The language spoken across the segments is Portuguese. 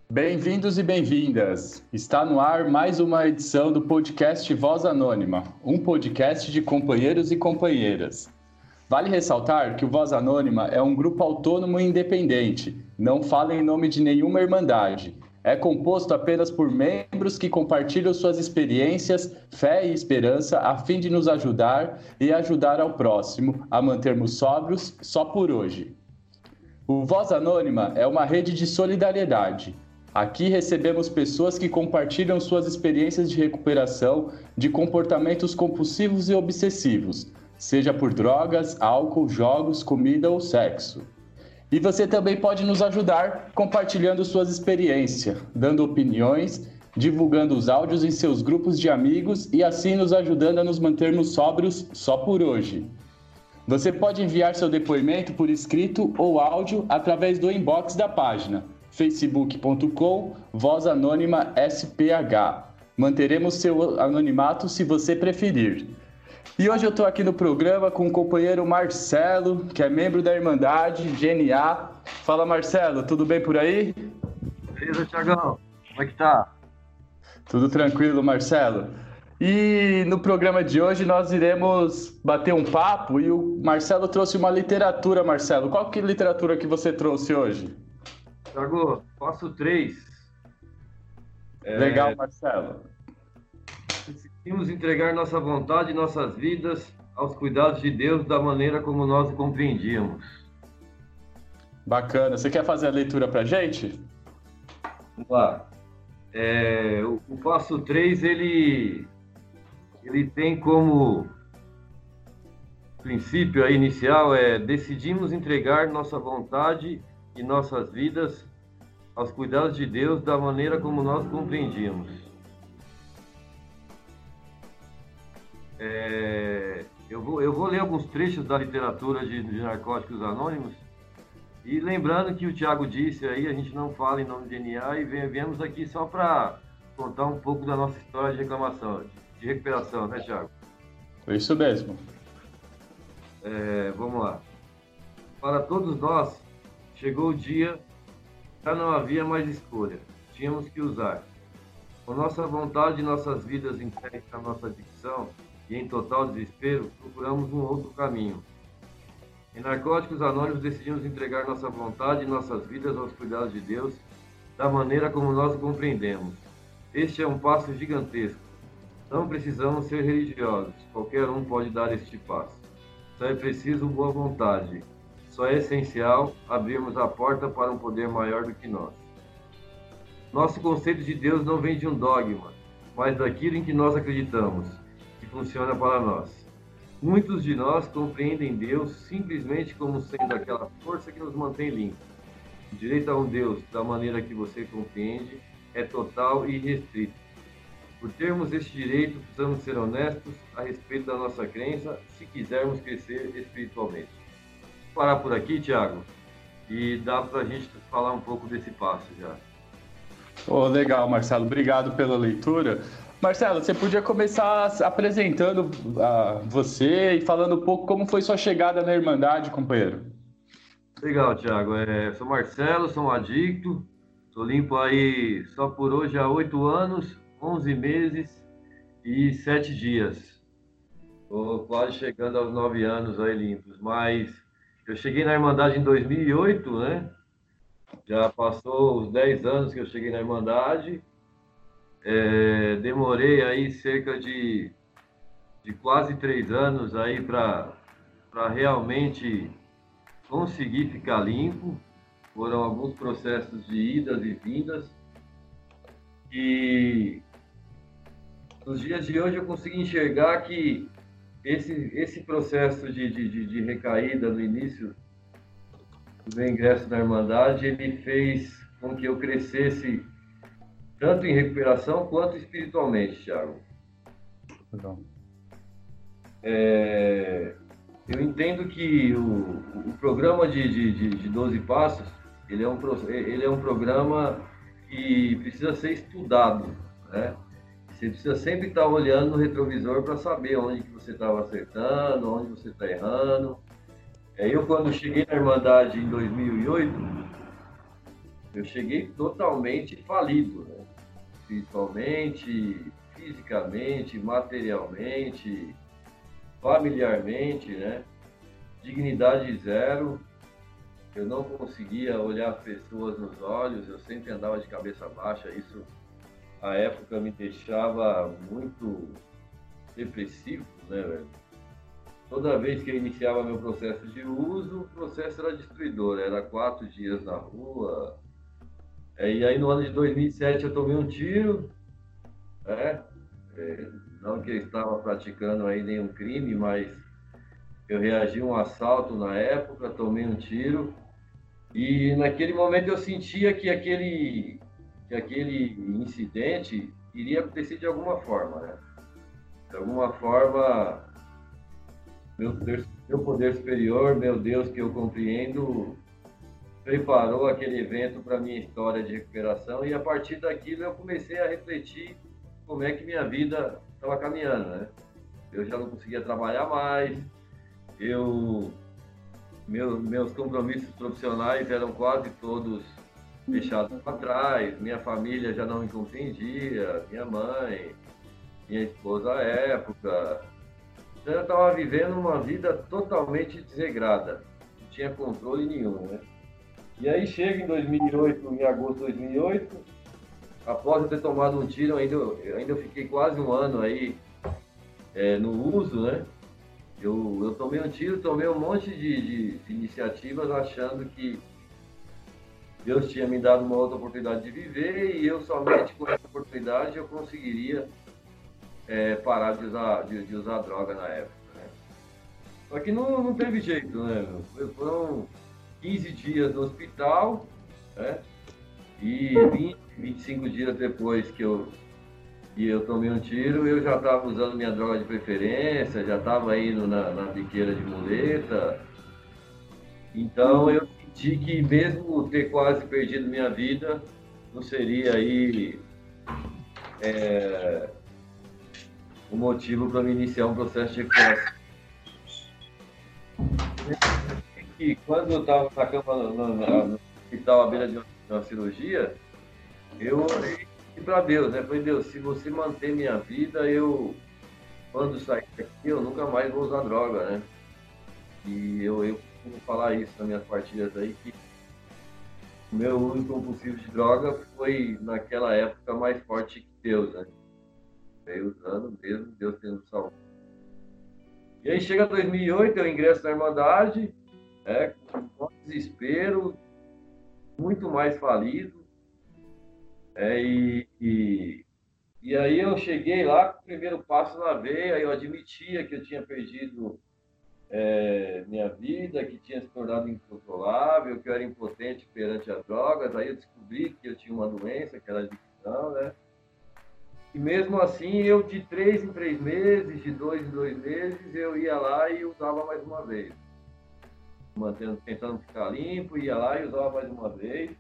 Bem-vindos e bem-vindas! Está no ar mais uma edição do podcast Voz Anônima, um podcast de companheiros e companheiras. Vale ressaltar que o Voz Anônima é um grupo autônomo e independente, não fala em nome de nenhuma irmandade. É composto apenas por membros que compartilham suas experiências, fé e esperança a fim de nos ajudar e ajudar ao próximo a mantermos sóbrios só por hoje. O Voz Anônima é uma rede de solidariedade. Aqui recebemos pessoas que compartilham suas experiências de recuperação de comportamentos compulsivos e obsessivos, seja por drogas, álcool, jogos, comida ou sexo. E você também pode nos ajudar compartilhando suas experiências, dando opiniões, divulgando os áudios em seus grupos de amigos e assim nos ajudando a nos mantermos sóbrios só por hoje. Você pode enviar seu depoimento por escrito ou áudio através do inbox da página facebook.com/Voz Anônima SPH. Manteremos seu anonimato se você preferir. E hoje eu estou aqui no programa com o companheiro Marcelo, que é membro da Irmandade GNA. Fala, Marcelo, tudo bem por aí? Beleza, Thiagão. Como é que tá? Tudo tranquilo, Marcelo. E no programa de hoje nós iremos bater um papo e o Marcelo trouxe uma literatura, Marcelo. Qual que é a literatura que você trouxe hoje? Thiago, passo 3. Legal, Marcelo. Decidimos entregar nossa vontade e nossas vidas aos cuidados de Deus da maneira como nós o compreendíamos. Bacana. Você quer fazer a leitura pra gente? Vamos lá. O passo 3, ele tem como princípio aí inicial decidimos entregar nossa vontade e nossas vidas aos cuidados de Deus da maneira como nós compreendíamos. Eu vou ler alguns trechos da literatura de Narcóticos Anônimos e lembrando que o Thiago disse aí, a gente não fala em nome de DNA e viemos aqui só para contar um pouco da nossa história de reclamação, de recuperação, né, Thiago? É isso mesmo. Vamos lá. Para todos nós, chegou o dia, já não havia mais escolha. Tínhamos que usar. Com nossa vontade e nossas vidas entregues à nossa adicção e em total desespero, procuramos um outro caminho. Em Narcóticos Anônimos, decidimos entregar nossa vontade e nossas vidas aos cuidados de Deus da maneira como nós o compreendemos. Este é um passo gigantesco. Não precisamos ser religiosos. Qualquer um pode dar este passo. Só é preciso boa vontade. Só é essencial abrirmos a porta para um poder maior do que nós. Nosso conceito de Deus não vem de um dogma, mas daquilo em que nós acreditamos, que funciona para nós. Muitos de nós compreendem Deus simplesmente como sendo aquela força que nos mantém limpos. O direito a um Deus, da maneira que você compreende, é total e irrestrito. Por termos este direito, precisamos ser honestos a respeito da nossa crença, se quisermos crescer espiritualmente. Vou parar por aqui, Thiago, e dá para a gente falar um pouco desse passo já. Legal, Marcelo. Obrigado pela leitura. Marcelo, você podia começar apresentando você e falando um pouco como foi sua chegada na Irmandade, companheiro. Legal, Thiago. Sou Marcelo, sou um adicto, estou limpo aí só por hoje há 8 anos, 11 meses e 7 dias. Estou quase chegando aos 9 anos aí limpos, mas eu cheguei na Irmandade em 2008, né? Já passou os 10 anos que eu cheguei na Irmandade. Demorei aí cerca de quase 3 anos aí para realmente conseguir ficar limpo. Foram alguns processos de idas e vindas. E nos dias de hoje eu consegui enxergar que esse processo de recaída no início do meu ingresso na Irmandade, ele fez com que eu crescesse tanto em recuperação quanto espiritualmente, Thiago. Legal. Eu entendo que o programa de 12 Passos, ele é um programa que precisa ser estudado, né? Você precisa sempre estar olhando no retrovisor para saber onde que você estava acertando, onde você está errando. Eu, quando cheguei na Irmandade em 2008, eu cheguei totalmente falido, né? Espiritualmente, fisicamente, materialmente, familiarmente, né? Dignidade zero. Eu não conseguia olhar as pessoas nos olhos, eu sempre andava de cabeça baixa. Isso, à época, me deixava muito depressivo, né, velho? Toda vez que eu iniciava meu processo de uso, o processo era destruidor. Era 4 dias na rua. E aí, no ano de 2007, eu tomei um tiro, né? Não que eu estava praticando aí nenhum crime, mas eu reagi a um assalto na época, tomei um tiro. E naquele momento eu sentia que aquele incidente iria acontecer de alguma forma, né? De alguma forma, meu poder superior, meu Deus que eu compreendo, preparou aquele evento para minha história de recuperação, e a partir daquilo eu comecei a refletir como é que minha vida estava caminhando, né? Eu já não conseguia trabalhar mais, meus compromissos profissionais eram quase todos deixados para trás, minha família já não me compreendia, minha mãe, minha esposa à época. Então eu estava vivendo uma vida totalmente desregrada, não tinha controle nenhum, né? E aí chega em 2008, em agosto de 2008, após eu ter tomado um tiro, eu ainda fiquei quase um ano aí no uso, né? Eu tomei um tiro, tomei um monte de iniciativas achando que Deus tinha me dado uma outra oportunidade de viver, e eu somente com essa oportunidade eu conseguiria parar de usar droga na época, né? Só que não teve jeito, né, meu? Foram 15 dias no hospital, né? E 25 dias depois que eu tomei um tiro, eu já estava usando minha droga de preferência, já estava indo na biqueira de muleta. Então eu senti que, mesmo ter quase perdido minha vida, não seria aí um motivo para me iniciar um processo de recuperação. E quando eu estava na cama no hospital à beira de uma cirurgia, eu orei para Deus, né? Falei: Deus, se você manter minha vida, quando sair daqui, eu nunca mais vou usar droga, né? E eu costumo falar isso nas minhas partidas aí, que o meu uso compulsivo de droga foi, naquela época, mais forte que Deus, né? Veio usando mesmo, Deus tendo salvo. E aí chega 2008, eu ingresso na Irmandade, com desespero, muito mais falido. E aí eu cheguei lá com o primeiro passo na veia, eu admitia que eu tinha perdido minha vida, que tinha se tornado incontrolável, que eu era impotente perante as drogas. Aí eu descobri que eu tinha uma doença, que era a adicção, né? E mesmo assim, eu de 3 em 3 meses, de 2 em 2 meses, eu ia lá e usava mais uma vez. Tentando ficar limpo, ia lá e usava mais uma vez.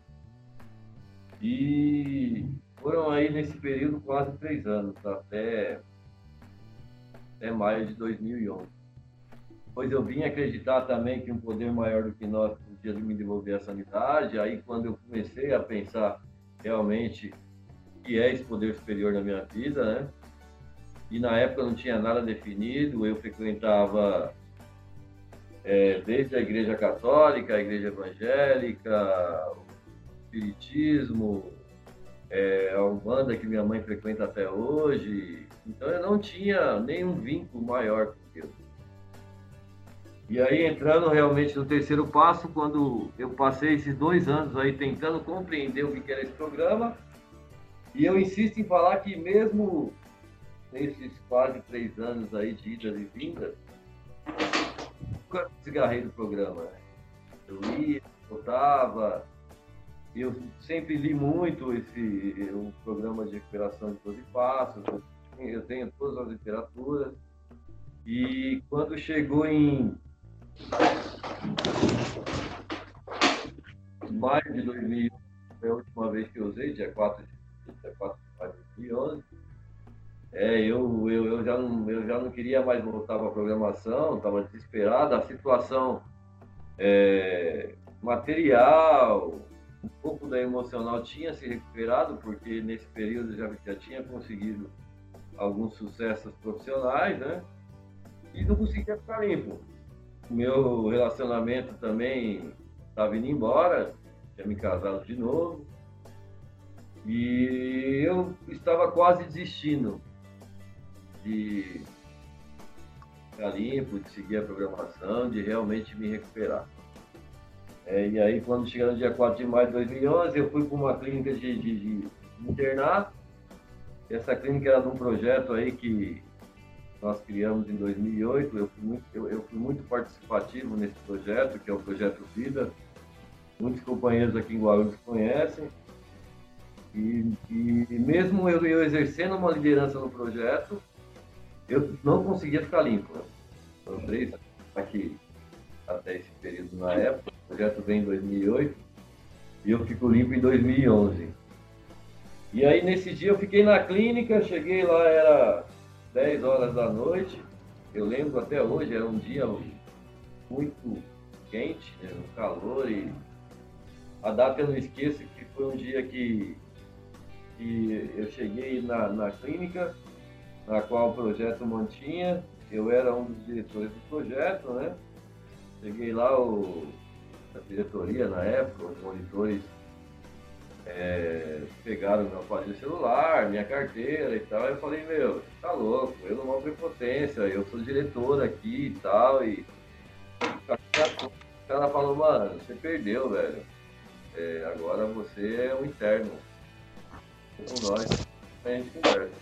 E foram aí, nesse período, quase 3 anos, até maio de 2011. Depois eu vim acreditar também que um poder maior do que nós podia me devolver a sanidade. Aí, quando eu comecei a pensar realmente o que é esse poder superior na minha vida, né? E na época não tinha nada definido, eu frequentava desde a Igreja Católica, a Igreja Evangélica, o Espiritismo, a Umbanda, que minha mãe frequenta até hoje. Então eu não tinha nenhum vínculo maior com Deus. E aí, entrando realmente no terceiro passo, quando eu passei esses 2 anos aí tentando compreender o que era esse programa, e eu insisto em falar que, mesmo nesses quase 3 anos aí de idas e vindas, nunca me desgarrei do programa, né? Eu ia, voltava. Eu sempre li muito o programa de recuperação de 12 passos. Eu tenho todas as literaturas. E quando chegou em maio de 2011, foi a última vez que eu usei, dia 4 de maio de 2011. Eu já não queria mais voltar para a programação, estava desesperado. A situação material, um pouco da emocional tinha se recuperado, porque nesse período já tinha conseguido alguns sucessos profissionais, né? E não conseguia ficar limpo. O meu relacionamento também estava indo embora, tinha me casado de novo, e eu estava quase desistindo de ficar limpo, de seguir a programação, de realmente me recuperar. E aí, quando chegou no dia 4 de maio de 2011, eu fui para uma clínica de internato. Essa clínica era de um projeto aí que nós criamos em 2008. Eu fui muito participativo nesse projeto, que é o Projeto Vida. Muitos companheiros aqui em Guarulhos conhecem. E mesmo eu exercendo uma liderança no projeto, eu não conseguia ficar limpo. Foram 3 anos aqui, até esse período na época. O projeto vem em 2008 e eu fico limpo em 2011. E aí, nesse dia, eu fiquei na clínica, cheguei lá, era 10 horas da noite. Eu lembro até hoje, era um dia muito quente, né, um calor, e a data eu não esqueço, que foi um dia que eu cheguei na clínica, na qual o projeto mantinha. Eu era um dos diretores do projeto, né? Cheguei lá, a diretoria na época, os monitores pegaram meu aparelho celular, minha carteira e tal. Eu falei, meu, você tá louco, eu não vou prepotência, eu sou diretor aqui e tal. E o cara falou, mano, você perdeu, velho. Agora você é um interno. Com nós, a gente conversa.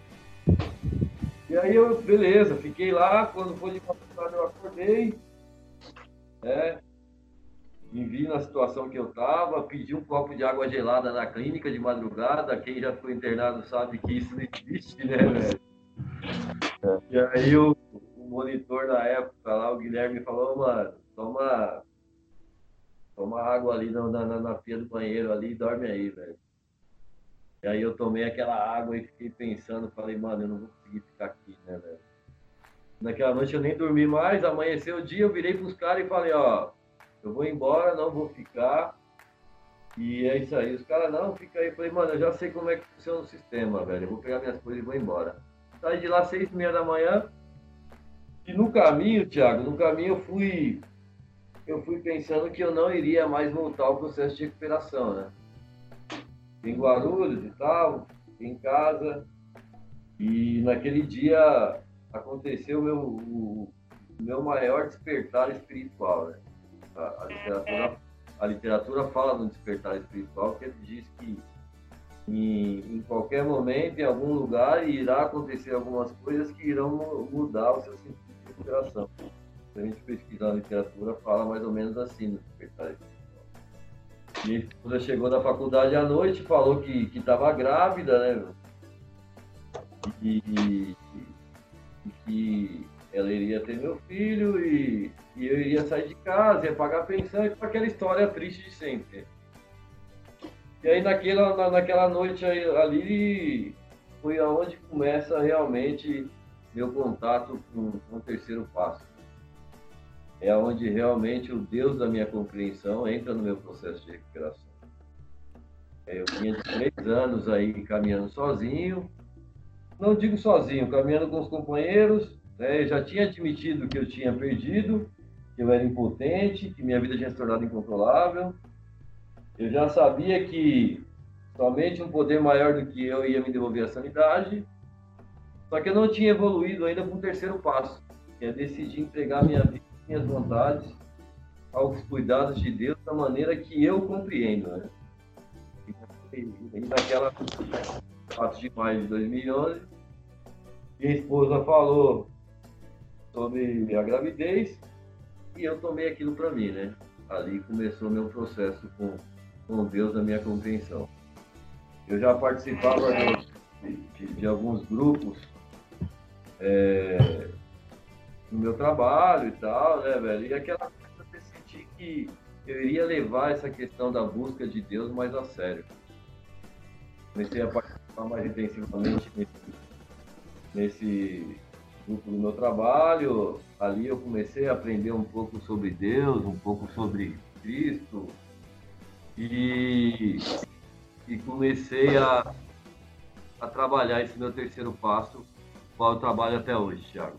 E aí eu, beleza, fiquei lá. Quando foi de madrugada eu acordei, né? Me vi na situação que eu estava, pedi um copo de água gelada na clínica de madrugada. Quem já foi internado sabe que isso não existe, né, velho? E aí o monitor na época lá, o Guilherme, falou, mano, toma água ali na pia do banheiro ali e dorme aí, velho. E aí eu tomei aquela água e fiquei pensando, falei, mano, eu não vou conseguir ficar aqui, né, velho? Naquela noite eu nem dormi mais, amanheceu o dia, eu virei pros caras e falei, ó, eu vou embora, não vou ficar. E é isso aí. Os caras, não, fica aí. Eu falei, mano, eu já sei como é que funciona o sistema, velho. Eu vou pegar minhas coisas e vou embora. Saí de lá 6h30 da manhã. E no caminho, Thiago, no caminho eu fui pensando que eu não iria mais voltar ao processo de recuperação, né? Em Guarulhos e tal, em casa. E naquele dia aconteceu o meu maior despertar espiritual, né? A literatura fala no despertar espiritual, que ele diz que em qualquer momento, em algum lugar, irá acontecer algumas coisas que irão mudar o seu sentido de recuperação. Se a gente pesquisar na literatura, fala mais ou menos assim no despertar espiritual. Minha esposa chegou da faculdade à noite, falou que estava grávida, né? E que ela iria ter meu filho e eu iria sair de casa, ia pagar pensão, e com aquela história triste de sempre. E aí naquela noite ali foi aonde começa realmente meu contato com o terceiro passo. É onde realmente o Deus da minha compreensão entra no meu processo de recuperação. Eu vinha de 3 anos aí caminhando sozinho, não digo sozinho, caminhando com os companheiros, né? Eu já tinha admitido que eu tinha perdido, que eu era impotente, que minha vida tinha se tornado incontrolável. Eu já sabia que somente um poder maior do que eu ia me devolver a sanidade, só que eu não tinha evoluído ainda para um terceiro passo, que é decidir entregar minha vida, minhas vontades, aos cuidados de Deus da maneira que eu compreendo, né? E naquela 4 de maio de 2011, minha esposa falou sobre a gravidez e eu tomei aquilo para mim, né? Ali começou meu processo com Deus na minha compreensão. Eu já participava de alguns grupos no meu trabalho e tal, né, velho? E aquela coisa eu decidi que eu iria levar essa questão da busca de Deus mais a sério. Comecei a participar mais intensivamente nesse grupo do meu trabalho. Ali eu comecei a aprender um pouco sobre Deus, um pouco sobre Cristo, e, e comecei a trabalhar esse meu terceiro passo, qual eu trabalho até hoje, Thiago.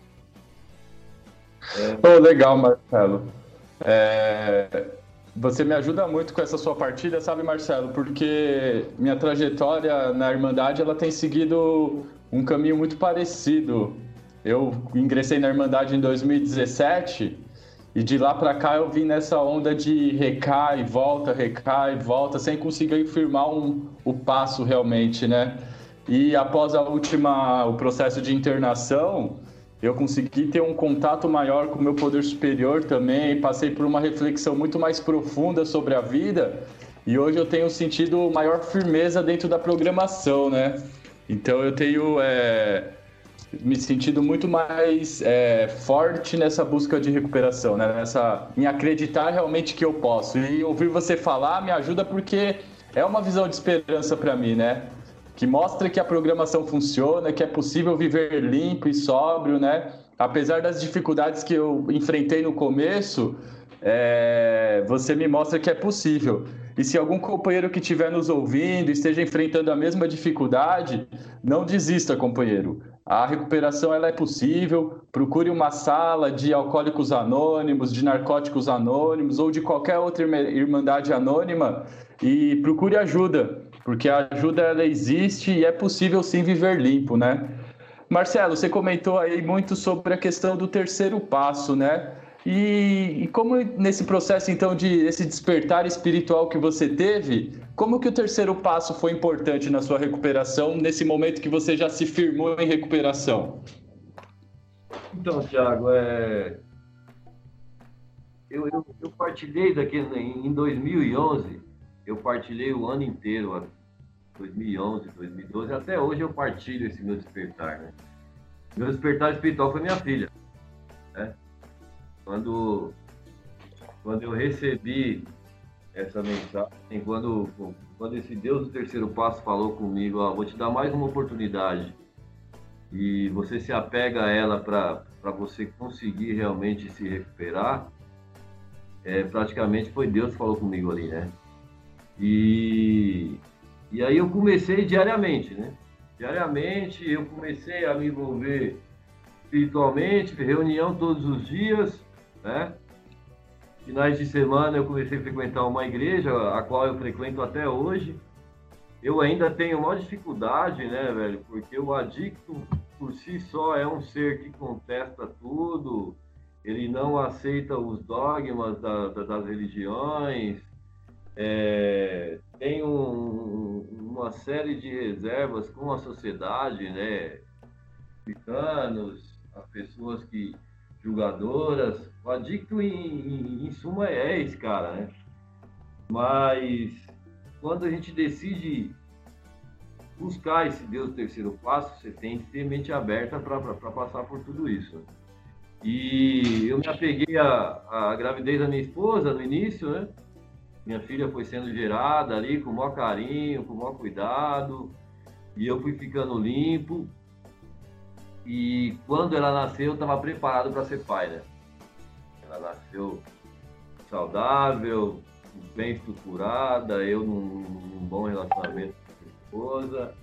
Oh, legal, Marcelo. É, Você me ajuda muito com essa sua partida, sabe, Marcelo? Porque minha trajetória na Irmandade ela tem seguido um caminho muito parecido. Eu ingressei na Irmandade em 2017 e de lá para cá eu vim nessa onda de recai e volta, sem conseguir firmar o passo realmente, né? E após o processo de internação, eu consegui ter um contato maior com o meu poder superior também, passei por uma reflexão muito mais profunda sobre a vida e hoje eu tenho sentido maior firmeza dentro da programação, né? Então eu tenho me sentido muito mais forte nessa busca de recuperação, né? Em acreditar realmente que eu posso. E ouvir você falar me ajuda porque é uma visão de esperança para mim, né? Que mostra que a programação funciona, que é possível viver limpo e sóbrio, né? Apesar das dificuldades que eu enfrentei no começo, você me mostra que é possível. E se algum companheiro que estiver nos ouvindo esteja enfrentando a mesma dificuldade, não desista, companheiro. A recuperação ela é possível. Procure uma sala de alcoólicos anônimos, de narcóticos anônimos ou de qualquer outra irmandade anônima e procure ajuda, porque a ajuda ela existe e é possível sim viver limpo, né? Marcelo, você comentou aí muito sobre a questão do terceiro passo, né? E como nesse processo, então, de esse despertar espiritual que você teve, como que o terceiro passo foi importante na sua recuperação, nesse momento que você já se firmou em recuperação? Então, Thiago, eu partilhei em 2011, eu partilhei o ano inteiro, 2011, 2012, até hoje eu partilho esse meu despertar, né? Meu despertar espiritual foi minha filha, né? Quando eu recebi essa mensagem, quando esse Deus do terceiro passo falou comigo, ó, vou te dar mais uma oportunidade e você se apega a ela para você conseguir realmente se recuperar, praticamente foi Deus que falou comigo ali, né? E aí eu comecei diariamente, né? Diariamente eu comecei a me envolver espiritualmente, reunião todos os dias, né? Finais de semana eu comecei a frequentar uma igreja, a qual eu frequento até hoje. Eu ainda tenho maior dificuldade, né, velho? Porque o adicto, por si só, é um ser que contesta tudo, ele não aceita os dogmas das religiões, tem uma série de reservas com a sociedade, né? Africanos, as pessoas que julgadoras. O adicto, em suma, é esse cara, né? Mas quando a gente decide buscar esse Deus do terceiro passo, você tem que ter mente aberta para passar por tudo isso. E eu me apeguei à gravidez da minha esposa no início, né? Minha filha foi sendo gerada ali com o maior carinho, com o maior cuidado, e eu fui ficando limpo. E quando ela nasceu, eu estava preparado para ser pai, né? Ela nasceu saudável, bem estruturada, eu num bom relacionamento com a minha esposa.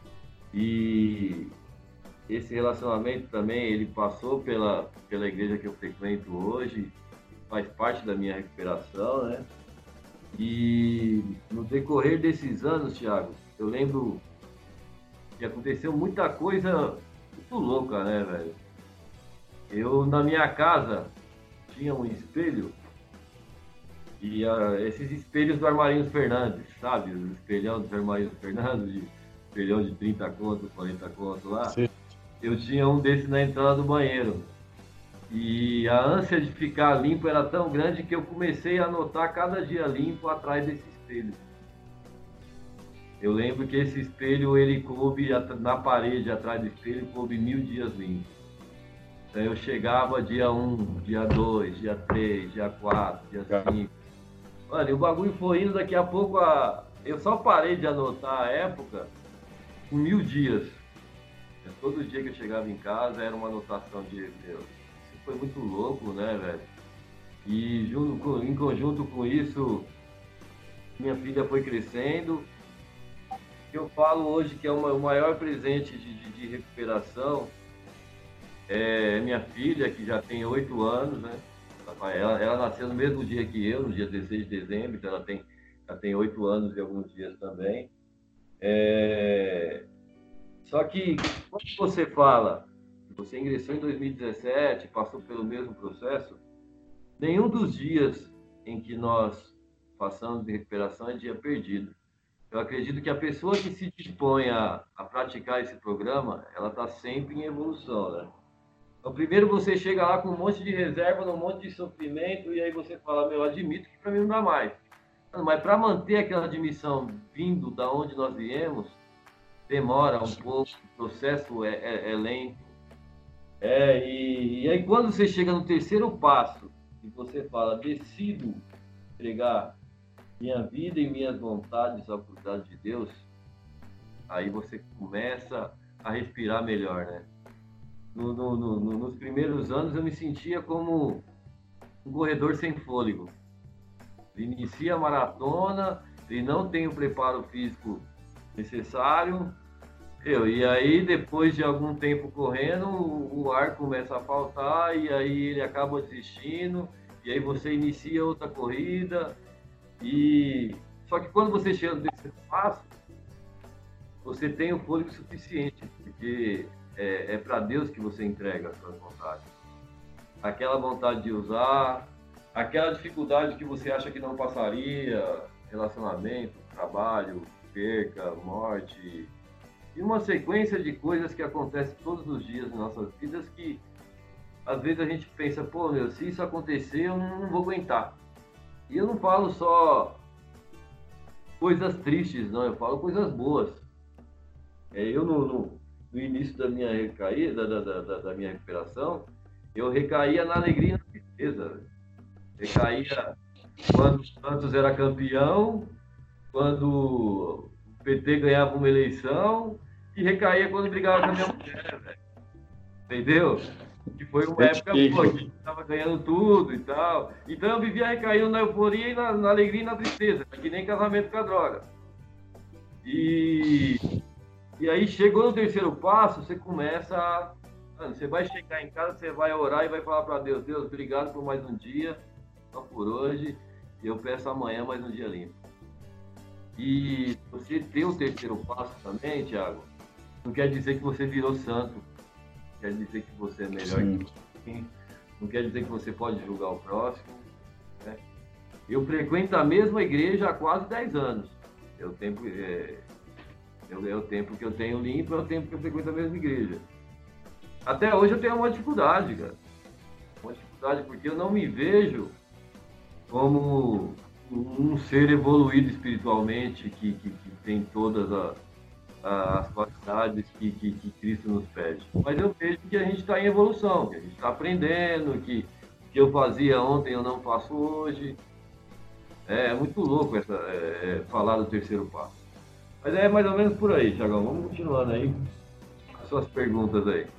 E esse relacionamento também, ele passou pela igreja que eu frequento hoje, faz parte da minha recuperação, né? E no decorrer desses anos, Thiago, eu lembro que aconteceu muita coisa muito louca, né, velho? Eu, na minha casa, tinha um espelho e esses espelhos do Armarinhos Fernandes, sabe? O espelhão do Armarinhos Fernandes, espelhão de 30 conto, 40 conto lá. Sim. Eu tinha um desse na entrada do banheiro. E a ânsia de ficar limpo era tão grande que eu comecei a anotar cada dia limpo atrás desse espelho. Eu lembro que esse espelho, ele coube na parede atrás do espelho, coube 1000 dias limpos. Então eu chegava dia 1, dia 2, dia 3, dia 4, dia 5. Olha, o bagulho foi indo, daqui a pouco eu só parei de anotar a época com 1000 dias. Todo dia que eu chegava em casa era uma anotação de Deus. Isso foi muito louco, né, velho? E em conjunto com isso, minha filha foi crescendo. Eu falo hoje que é o maior presente de recuperação é minha filha, que já tem 8 anos, né? Ela nasceu no mesmo dia que eu, no dia 16 de dezembro, então ela tem 8 anos e alguns dias também. Só que quando você fala que você ingressou em 2017, passou pelo mesmo processo, nenhum dos dias em que nós passamos de recuperação é dia perdido. Eu acredito que a pessoa que se dispõe a praticar esse programa, ela está sempre em evolução, né? Então, primeiro você chega lá com um monte de reserva, um monte de sofrimento, e aí você fala, meu, admito que para mim não dá mais. Mas para manter aquela admissão vindo da onde nós viemos, demora um pouco, o processo é lento. E aí quando você chega no terceiro passo, e você fala, decido entregar minha vida e minhas vontades à vontade de Deus, aí você começa a respirar melhor, né? Nos primeiros anos eu me sentia como um corredor sem fôlego. Ele inicia a maratona, ele não tem o preparo físico necessário, e aí depois de algum tempo correndo, o ar começa a faltar, e aí ele acaba desistindo, e aí você inicia outra corrida, só que quando você chega no terceiro passo, você tem o fôlego suficiente, porque é para Deus que você entrega as suas vontades. Aquela vontade de usar, aquela dificuldade que você acha que não passaria, relacionamento, trabalho, perca, morte, e uma sequência de coisas que acontecem todos os dias nas nossas vidas que às vezes a gente pensa, pô, meu, se isso acontecer eu não vou aguentar. E eu não falo só coisas tristes, não, eu falo coisas boas. Eu no início da minha recaída, da minha recuperação, eu recaía na alegria e na tristeza. Recaía quando o Santos era campeão, quando o PT ganhava uma eleição, e recaía quando brigava com a minha mulher, velho. Entendeu? Que foi uma época boa, que a gente estava ganhando tudo e tal. Então eu vivia recaindo na euforia e na alegria e na tristeza, que nem casamento com a droga. E aí chegou no terceiro passo, você começa você vai chegar em casa, você vai orar e vai falar para Deus, Deus, obrigado por mais um dia, só por hoje, e eu peço amanhã mais um dia limpo. E você ter o terceiro passo também, Thiago, não quer dizer que você virou santo, não quer dizer que você é melhor que ninguém, não quer dizer que você pode julgar o próximo, né? Eu frequento a mesma igreja há quase 10 anos. É o tempo que eu tenho limpo, é o tempo que eu frequento a mesma igreja. Até hoje eu tenho uma dificuldade, cara. Uma dificuldade porque eu não me vejo como um ser evoluído espiritualmente, que tem todas as qualidades que Cristo nos pede. Mas eu vejo que a gente está em evolução, que a gente está aprendendo, que o que eu fazia ontem eu não faço hoje. É muito louco falar do terceiro passo. Mas é mais ou menos por aí, Thiagão. Vamos continuando aí. As suas perguntas aí.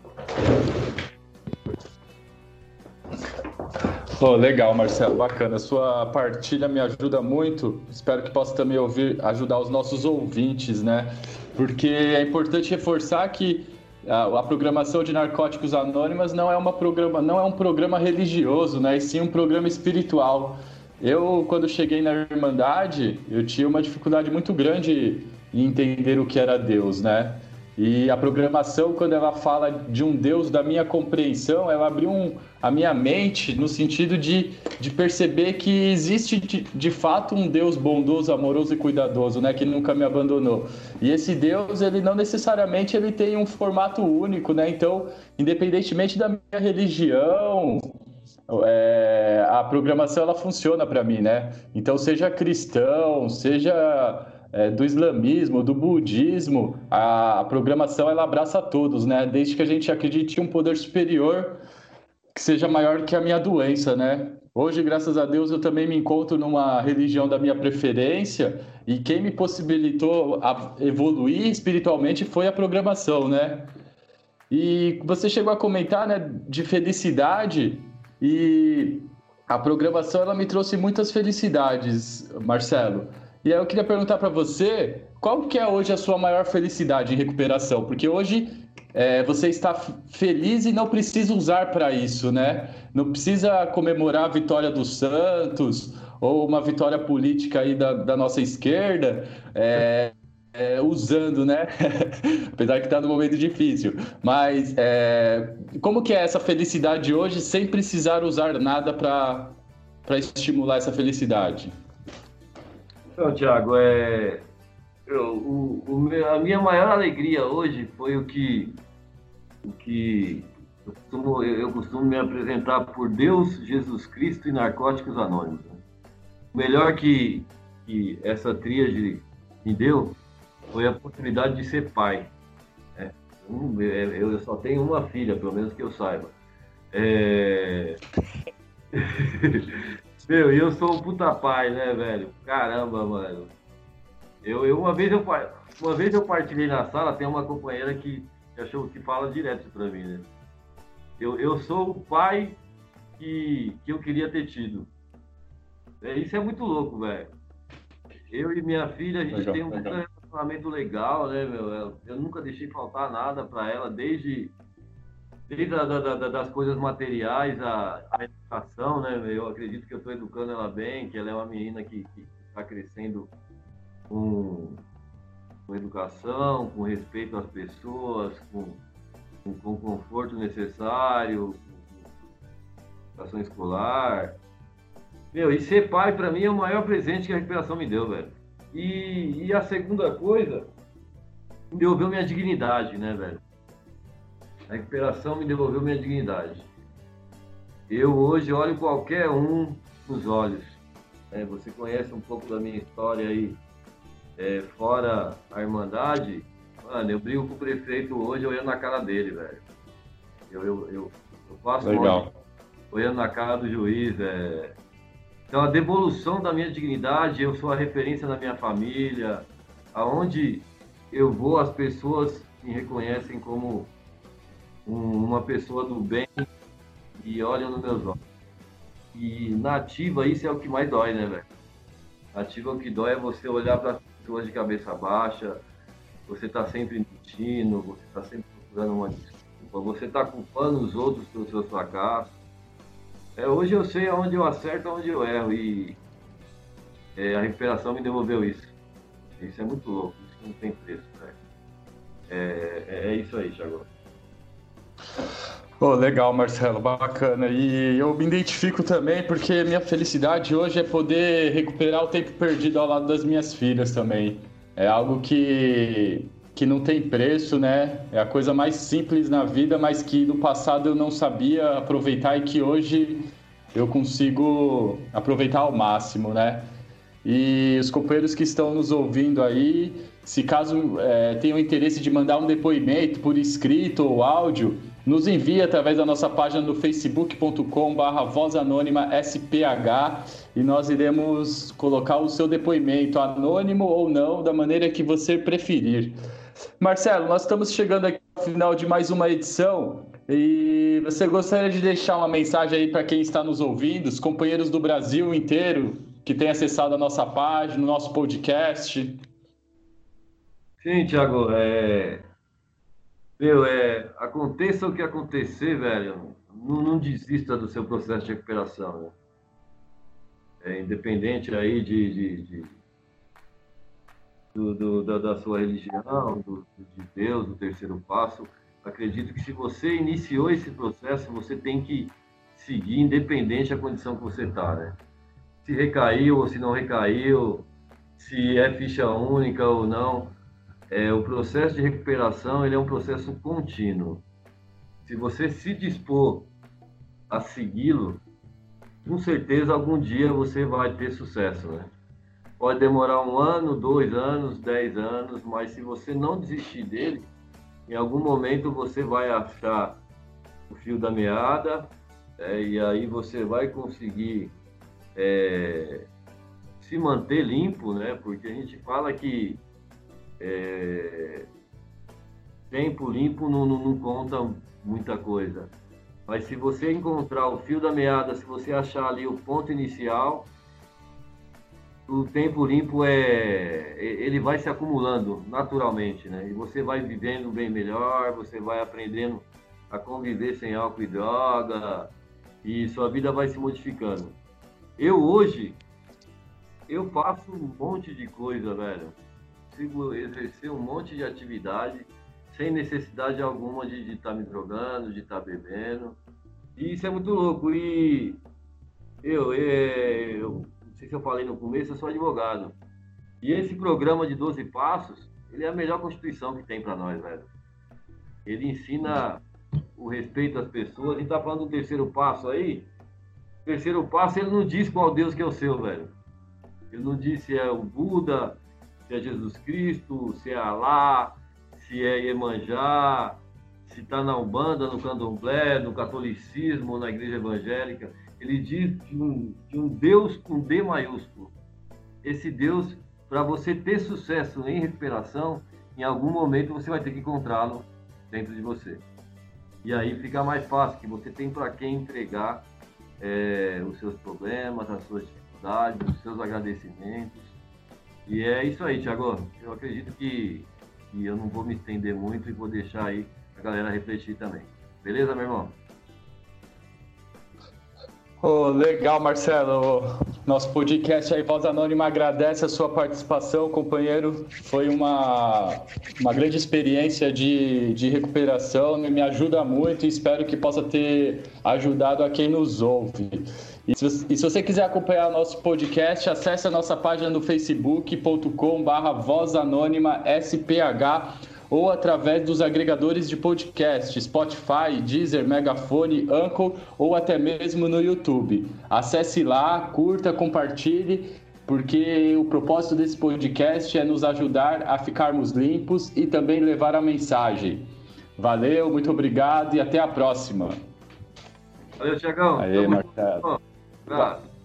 Oh, legal, Marcelo, bacana. Sua partilha me ajuda muito. Espero que possa também ajudar os nossos ouvintes, né? Porque é importante reforçar que a programação de Narcóticos Anônimos não é um programa religioso, né? E sim um programa espiritual. Eu, quando cheguei na Irmandade, eu tinha uma dificuldade muito grande em entender o que era Deus, né? E a programação, quando ela fala de um Deus da minha compreensão, ela abriu a minha mente no sentido de perceber que existe de fato um Deus bondoso, amoroso e cuidadoso, né? Que nunca me abandonou. E esse Deus, ele não necessariamente ele tem um formato único, né? Então, independentemente da minha religião, a programação ela funciona para mim, né? Então, seja cristão, seja do islamismo, do budismo, a programação ela abraça a todos, né? Desde que a gente acredite em um poder superior que seja maior que a minha doença, né? Hoje, graças a Deus, eu também me encontro numa religião da minha preferência e quem me possibilitou evoluir espiritualmente foi a programação, né? E você chegou a comentar, né, de felicidade e a programação ela me trouxe muitas felicidades, Marcelo. E aí eu queria perguntar para você, qual que é hoje a sua maior felicidade em recuperação? Porque hoje você está feliz e não precisa usar para isso, né? Não precisa comemorar a vitória do Santos ou uma vitória política aí da nossa esquerda, usando, né? Apesar que está num momento difícil. Mas como que é essa felicidade hoje sem precisar usar nada para estimular essa felicidade? Então, Thiago, a minha maior alegria hoje foi o que eu costumo me apresentar por Deus, Jesus Cristo e Narcóticos Anônimos. Né? O melhor que essa tríade me deu foi a possibilidade de ser pai. Né? Eu só tenho uma filha, pelo menos que eu saiba. Meu, e eu sou um puta pai, né, velho? Caramba, mano. Uma vez eu partilhei na sala, tem uma companheira que achou que fala direto pra mim, né? Eu sou o pai que eu queria ter tido. Isso é muito louco, velho. Eu e minha filha, a gente tem um relacionamento legal, né, meu? Eu nunca deixei faltar nada pra ela, desde das coisas materiais, a educação, né? Eu acredito que eu estou educando ela bem, que ela é uma menina que está crescendo com educação, com respeito às pessoas, com conforto necessário, com educação escolar. Meu, e ser pai, para mim, é o maior presente que a recuperação me deu, velho. E a segunda coisa, me devolveu minha dignidade, né, velho? A recuperação me devolveu minha dignidade. Eu hoje olho qualquer um nos olhos. Você conhece um pouco da minha história aí, fora a Irmandade. Mano, eu brigo com o prefeito hoje olhando na cara dele, velho. Eu faço legal. Olhando na cara do juiz. Então, a devolução da minha dignidade, eu sou a referência na minha família. Aonde eu vou, as pessoas me reconhecem como uma pessoa do bem e olham nos meus olhos. E na ativa, isso é o que mais dói, né, velho? Na ativa, o que dói é você olhar para as pessoas de cabeça baixa, você tá sempre mentindo, você tá sempre procurando uma desculpa, você tá culpando os outros pelos seus fracassos. Hoje eu sei aonde eu acerto, aonde eu erro, e a recuperação me devolveu isso. Isso é muito louco, isso não tem preço, velho. É isso aí, Thiago. Oh, legal, Marcelo, bacana. E eu me identifico também porque minha felicidade hoje é poder recuperar o tempo perdido ao lado das minhas filhas também. É algo que não tem preço, né? É a coisa mais simples na vida, mas que no passado eu não sabia aproveitar e que hoje eu consigo aproveitar ao máximo, né? E os companheiros que estão nos ouvindo aí, se caso tenham interesse de mandar um depoimento por escrito ou áudio, nos envie através da nossa página no facebook.com/vozanônimasph e nós iremos colocar o seu depoimento, anônimo ou não, da maneira que você preferir. Marcelo, nós estamos chegando aqui ao final de mais uma edição e você gostaria de deixar uma mensagem aí para quem está nos ouvindo, os companheiros do Brasil inteiro que têm acessado a nossa página, o nosso podcast? Sim, Thiago, aconteça o que acontecer, velho, não desista do seu processo de recuperação, né? Independente aí da sua religião, de Deus, do terceiro passo, acredito que se você iniciou esse processo, você tem que seguir independente da condição que você está, né? Se recaiu ou se não recaiu, se é ficha única ou não. O processo de recuperação, ele é um processo contínuo. Se você se dispor a segui-lo, com certeza algum dia você vai ter sucesso, né? Pode demorar 1 ano, 2 anos, 10 anos, mas se você não desistir dele, em algum momento você vai achar o fio da meada, e aí você vai conseguir se manter limpo, né? Porque a gente fala que tempo limpo não conta muita coisa. Mas se você encontrar o fio da meada, se você achar ali o ponto inicial, o tempo limpo ele vai se acumulando naturalmente, né? E você vai vivendo bem melhor, você vai aprendendo a conviver sem álcool e droga, e sua vida vai se modificando. Hoje, eu faço um monte de coisa, velho. Consigo exercer um monte de atividade sem necessidade alguma de estar me drogando, de estar bebendo. E isso é muito louco. E eu não sei se eu falei no começo, eu sou advogado. E esse programa de 12 Passos, ele é a melhor constituição que tem para nós, velho. Ele ensina o respeito às pessoas. A gente tá falando do terceiro passo aí. O terceiro passo, ele não diz qual Deus que é o seu, velho. Ele não diz se é o Buda, se é Jesus Cristo, se é Alá, se é Iemanjá, se está na Umbanda, no Candomblé, no catolicismo, na igreja evangélica. Ele diz de um Deus com D maiúsculo. Esse Deus, para você ter sucesso em recuperação, em algum momento você vai ter que encontrá-lo dentro de você. E aí fica mais fácil, que você tem para quem entregar os seus problemas, as suas dificuldades, os seus agradecimentos. E é isso aí, Thiago. Eu acredito que eu não vou me estender muito e vou deixar aí a galera refletir também. Beleza, meu irmão? Legal, Marcelo. Nosso podcast aí, Voz Anônima, agradece a sua participação, companheiro. Foi uma grande experiência de recuperação, me ajuda muito e espero que possa ter ajudado a quem nos ouve. E se você quiser acompanhar nosso podcast, acesse a nossa página no facebook.com/vozanônimasph ou através dos agregadores de podcast, Spotify, Deezer, Megafone, Anchor ou até mesmo no YouTube. Acesse lá, curta, compartilhe, porque o propósito desse podcast é nos ajudar a ficarmos limpos e também levar a mensagem. Valeu, muito obrigado e até a próxima. Valeu, Thiagão. Aê, Marcelo. Um abraço.